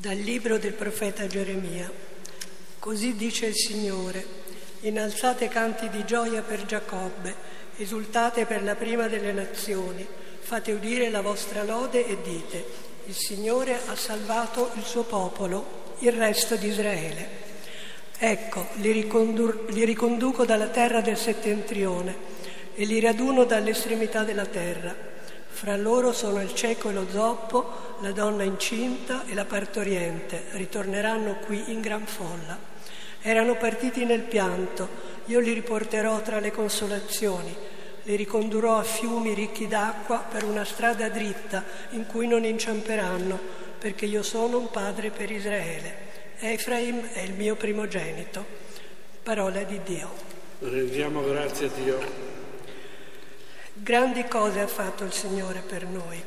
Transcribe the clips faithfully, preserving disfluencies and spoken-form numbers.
Dal libro del profeta Geremia. Così dice il Signore: innalzate canti di gioia per Giacobbe, esultate per la prima delle nazioni, fate udire la vostra lode e dite: il Signore ha salvato il suo popolo, il resto di Israele. Ecco, li, ricondur- li riconduco dalla terra del settentrione e li raduno dall'estremità della terra. Fra loro sono il cieco e lo zoppo, la donna incinta e la partoriente. Ritorneranno qui in gran folla. Erano partiti nel pianto, io li riporterò tra le consolazioni. Li ricondurrò a fiumi ricchi d'acqua per una strada dritta in cui non inciamperanno, perché io sono un padre per Israele. Efraim è il mio primogenito. Parola di Dio. Rendiamo grazie a Dio. Grandi cose ha fatto il Signore per noi.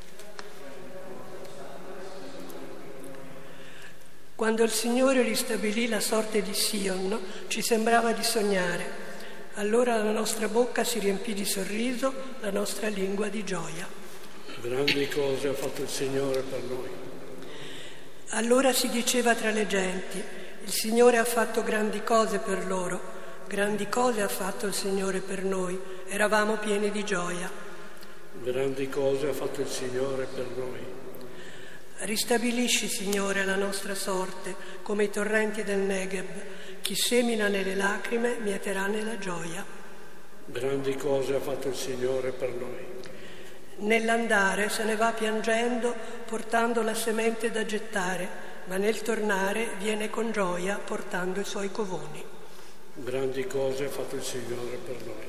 Quando il Signore ristabilì la sorte di Sion, ci sembrava di sognare. Allora la nostra bocca si riempì di sorriso, la nostra lingua di gioia. Grandi cose ha fatto il Signore per noi. Allora si diceva tra le genti: il Signore ha fatto grandi cose per loro. Grandi cose ha fatto il Signore per noi, eravamo pieni di gioia. Grandi cose ha fatto il Signore per noi. Ristabilisci, Signore, la nostra sorte, come i torrenti del Negev. Chi semina nelle lacrime mieterà nella gioia. Grandi cose ha fatto il Signore per noi. Nell'andare se ne va piangendo, portando la semente da gettare, ma nel tornare viene con gioia, portando i suoi covoni. Grandi cose ha fatto il Signore per noi.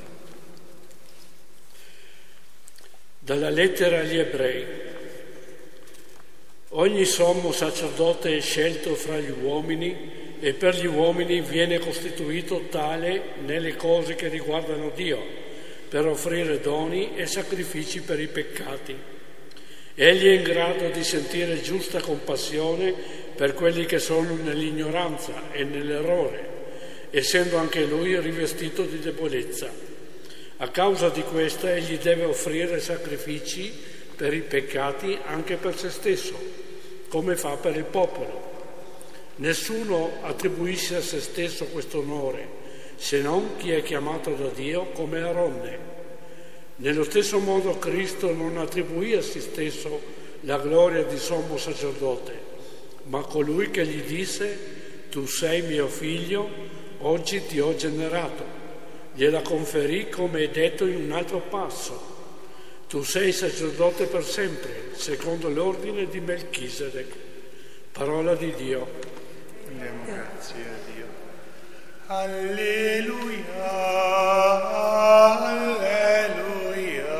Dalla lettera agli Ebrei. Ogni sommo sacerdote è scelto fra gli uomini e per gli uomini viene costituito tale nelle cose che riguardano Dio, per offrire doni e sacrifici per i peccati. Egli è in grado di sentire giusta compassione per quelli che sono nell'ignoranza e nell'errore, essendo anche lui rivestito di debolezza. A causa di questa egli deve offrire sacrifici per i peccati anche per se stesso, come fa per il popolo. Nessuno attribuisce a se stesso questo onore, se non chi è chiamato da Dio come Aronne. Nello stesso modo Cristo non attribuì a se stesso la gloria di sommo sacerdote, ma colui che gli disse: tu sei mio figlio, oggi ti ho generato. Gliela conferì come è detto in un altro passo: tu sei sacerdote per sempre, secondo l'ordine di Melchisedec. Parola di Dio. Rendiamo grazie a Dio. Alleluia, alleluia,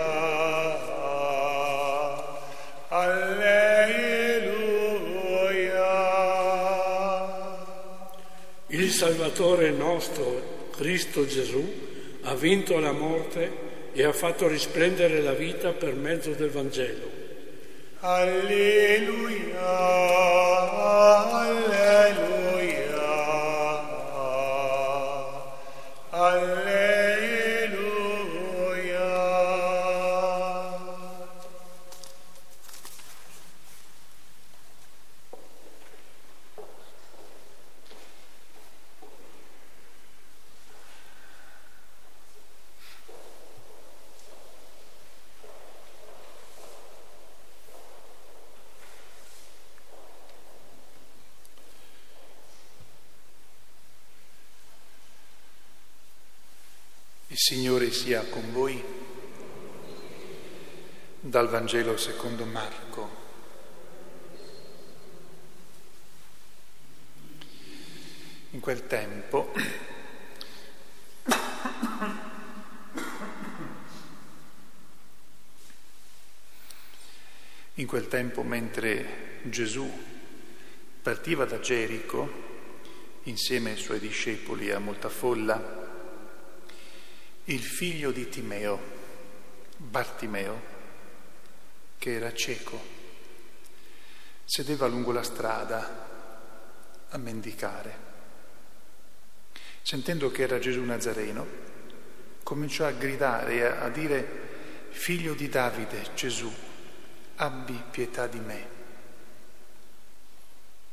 alleluia. Il Salvatore nostro, Cristo Gesù, ha vinto la morte e ha fatto risplendere la vita per mezzo del Vangelo. Alleluia, alleluia, alleluia. Il Signore sia con voi. Dal Vangelo secondo Marco. In quel tempo in quel tempo mentre Gesù partiva da Gerico insieme ai suoi discepoli e a molta folla, il figlio di Timeo, Bartimeo, che era cieco, sedeva lungo la strada a mendicare. Sentendo che era Gesù Nazareno, cominciò a gridare e a dire: figlio di Davide, Gesù, abbi pietà di me.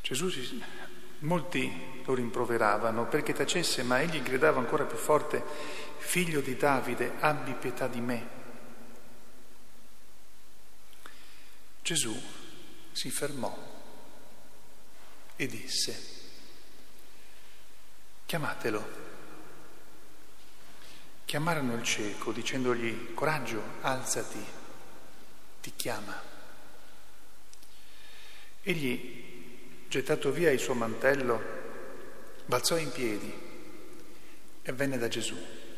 Gesù, si, molti lo rimproveravano perché tacesse, ma egli gridava ancora più forte: figlio di Davide, abbi pietà di me. Gesù si fermò e disse: chiamatelo. Chiamarono il cieco dicendogli: coraggio, alzati, ti chiama. Egli, gettato via il suo mantello, balzò in piedi e venne da Gesù.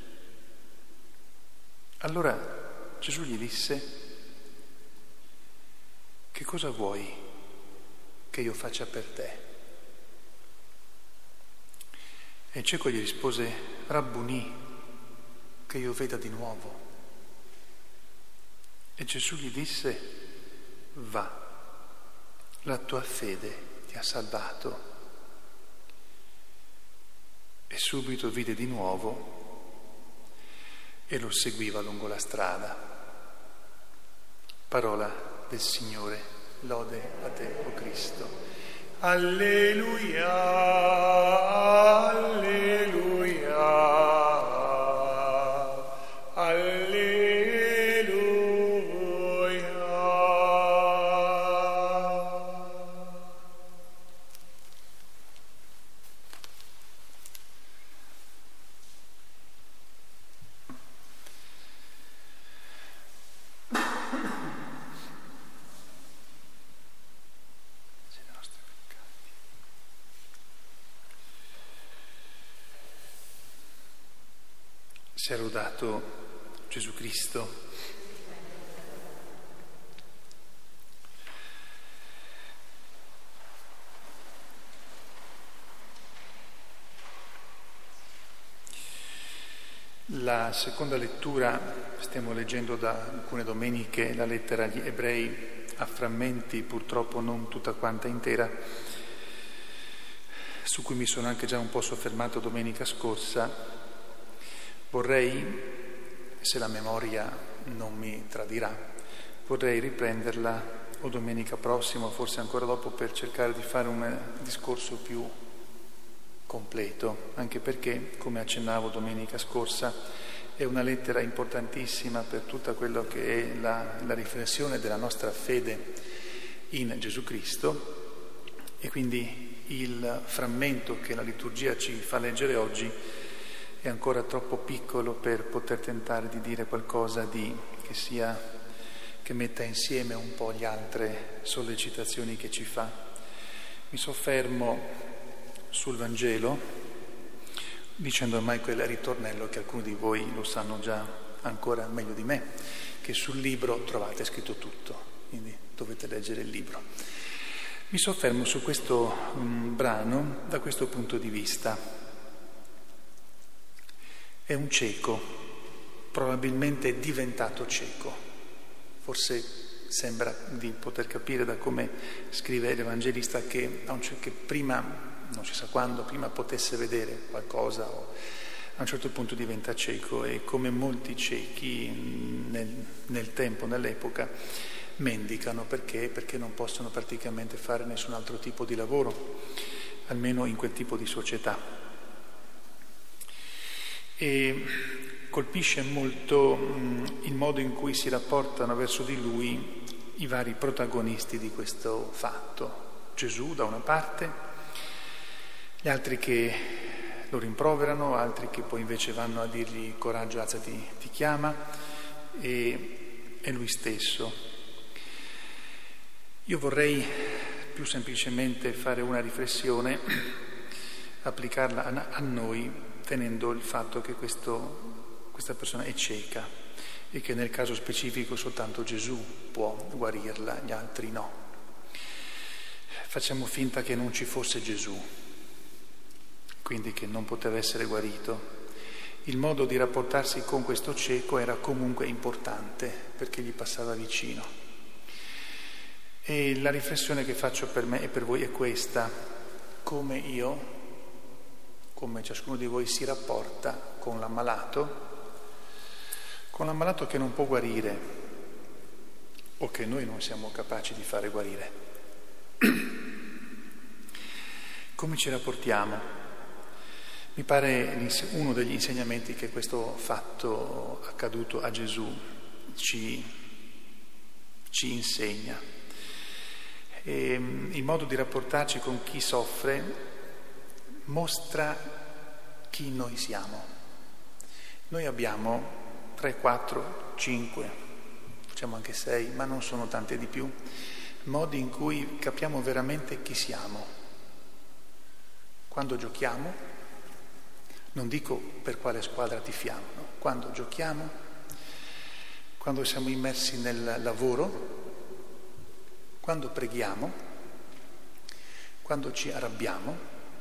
Allora Gesù gli disse: che cosa vuoi che io faccia per te? E il cieco gli rispose: Rabbunì, che io veda di nuovo. E Gesù gli disse: va, la tua fede ti ha salvato. E subito vide di nuovo e lo seguiva lungo la strada. Parola del Signore, lode a te, o Cristo. Alleluia, alleluia. Sia lodato Gesù Cristo. La seconda lettura, stiamo leggendo da alcune domeniche la lettera agli Ebrei, a frammenti, purtroppo non tutta quanta intera, su cui mi sono anche già un po' soffermato domenica scorsa. Vorrei, se la memoria non mi tradirà, vorrei riprenderla o domenica prossima, o forse ancora dopo, per cercare di fare un discorso più completo, anche perché, come accennavo domenica scorsa, è una lettera importantissima per tutta quello che è la, la riflessione della nostra fede in Gesù Cristo, e quindi il frammento che la liturgia ci fa leggere oggi è ancora troppo piccolo per poter tentare di dire qualcosa di che sia che metta insieme un po' le altre sollecitazioni che ci fa. Mi soffermo sul Vangelo dicendo ormai quel ritornello che alcuni di voi lo sanno già ancora meglio di me, che sul libro trovate scritto tutto, quindi dovete leggere il libro. Mi soffermo su questo um, brano da questo punto di vista. È un cieco, probabilmente diventato cieco. Forse sembra di poter capire da come scrive l'Evangelista che, che prima, non si sa quando, prima potesse vedere qualcosa o a un certo punto diventa cieco, e come molti ciechi nel, nel tempo, nell'epoca, mendicano. Perché? Perché non possono praticamente fare nessun altro tipo di lavoro, almeno in quel tipo di società. E colpisce molto mh, il modo in cui si rapportano verso di lui i vari protagonisti di questo fatto. Gesù da una parte, gli altri che lo rimproverano, altri che poi invece vanno a dirgli coraggio, alzati, ti chiama, e, e lui stesso. Io vorrei più semplicemente fare una riflessione, applicarla a, a noi, tenendo il fatto che questo, questa persona è cieca e che nel caso specifico soltanto Gesù può guarirla, gli altri no. Facciamo finta che non ci fosse Gesù, quindi che non poteva essere guarito. Il modo di rapportarsi con questo cieco era comunque importante perché gli passava vicino. E la riflessione che faccio per me e per voi è questa: come io, come ciascuno di voi si rapporta con l'ammalato, con l'ammalato che non può guarire o che noi non siamo capaci di fare guarire. come ci rapportiamo? Mi pare uno degli insegnamenti che questo fatto accaduto a Gesù ci, ci insegna. E il modo di rapportarci con chi soffre mostra chi noi siamo. Noi abbiamo tre, quattro, cinque, facciamo anche sei, ma non sono tante di più, modi in cui capiamo veramente chi siamo. Quando giochiamo, non dico per quale squadra tifiamo, no? Quando giochiamo, quando siamo immersi nel lavoro, quando preghiamo, quando ci arrabbiamo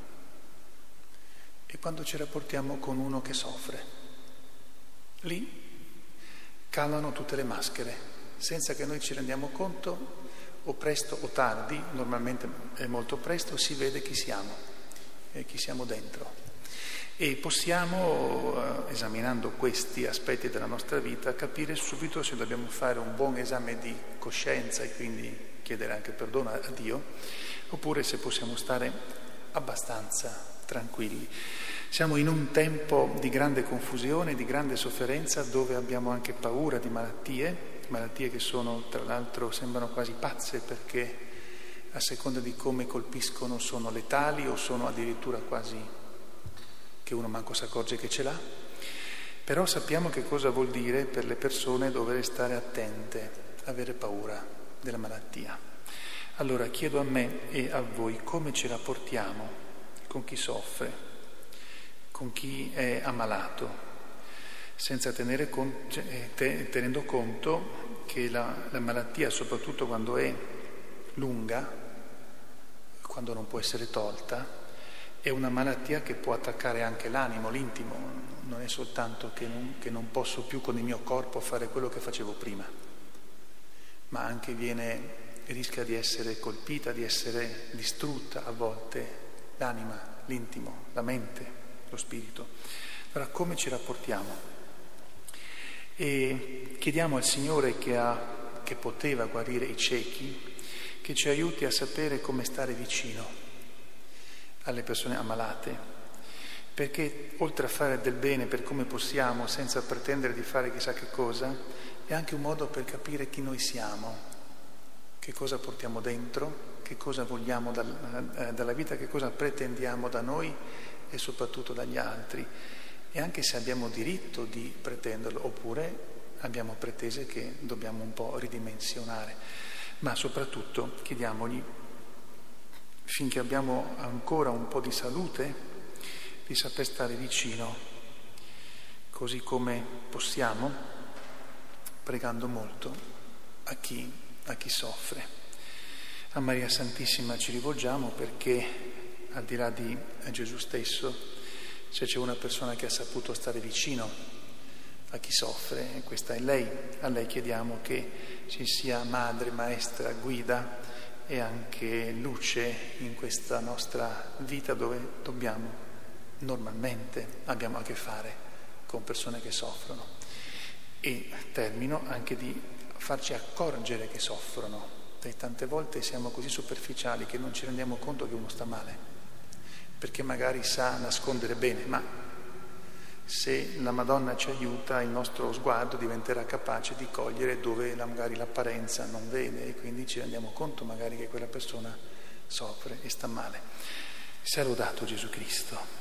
e quando ci rapportiamo con uno che soffre. Lì calano tutte le maschere, senza che noi ci rendiamo conto, o presto o tardi, normalmente è molto presto, si vede chi siamo, e chi siamo dentro. E possiamo, eh, esaminando questi aspetti della nostra vita, capire subito se dobbiamo fare un buon esame di coscienza e quindi chiedere anche perdono a Dio, oppure se possiamo stare abbastanza tranquilli. Siamo in un tempo di grande confusione, di grande sofferenza, dove abbiamo anche paura di malattie, malattie che sono, tra l'altro, sembrano quasi pazze, perché a seconda di come colpiscono sono letali o sono addirittura quasi che uno manco si accorge che ce l'ha. Però sappiamo che cosa vuol dire per le persone dover stare attente, avere paura della malattia. Allora chiedo a me e a voi come ci rapportiamo con chi soffre, con chi è ammalato, senza tenere conto, tenendo conto che la, la malattia, soprattutto quando è lunga, quando non può essere tolta, è una malattia che può attaccare anche l'animo, l'intimo. Non è soltanto che non, che non posso più con il mio corpo fare quello che facevo prima, ma anche viene, rischia di essere colpita, di essere distrutta a volte l'anima, l'intimo, la mente, lo spirito. Allora come ci rapportiamo? E chiediamo al Signore che, ha, che poteva guarire i ciechi, che ci aiuti a sapere come stare vicino alle persone ammalate, perché oltre a fare del bene per come possiamo, senza pretendere di fare chissà che cosa, è anche un modo per capire chi noi siamo, che cosa portiamo dentro, che cosa vogliamo dal, dalla vita, che cosa pretendiamo da noi e soprattutto dagli altri, e anche se abbiamo diritto di pretenderlo oppure abbiamo pretese che dobbiamo un po' ridimensionare. Ma soprattutto chiediamogli, finché abbiamo ancora un po' di salute, di saper stare vicino, così come possiamo, pregando molto a chi, a chi soffre. A Maria Santissima ci rivolgiamo perché, al di là di Gesù stesso, se c'è una persona che ha saputo stare vicino a chi soffre, questa è lei. A lei chiediamo che ci sia madre, maestra, guida e anche luce in questa nostra vita dove dobbiamo, normalmente, abbiamo a che fare con persone che soffrono. E termino anche di farci accorgere che soffrono, perché tante volte siamo così superficiali che non ci rendiamo conto che uno sta male, perché magari sa nascondere bene, ma se la Madonna ci aiuta, il nostro sguardo diventerà capace di cogliere dove magari l'apparenza non vede, e quindi ci rendiamo conto magari che quella persona soffre e sta male. Sia lodato Gesù Cristo.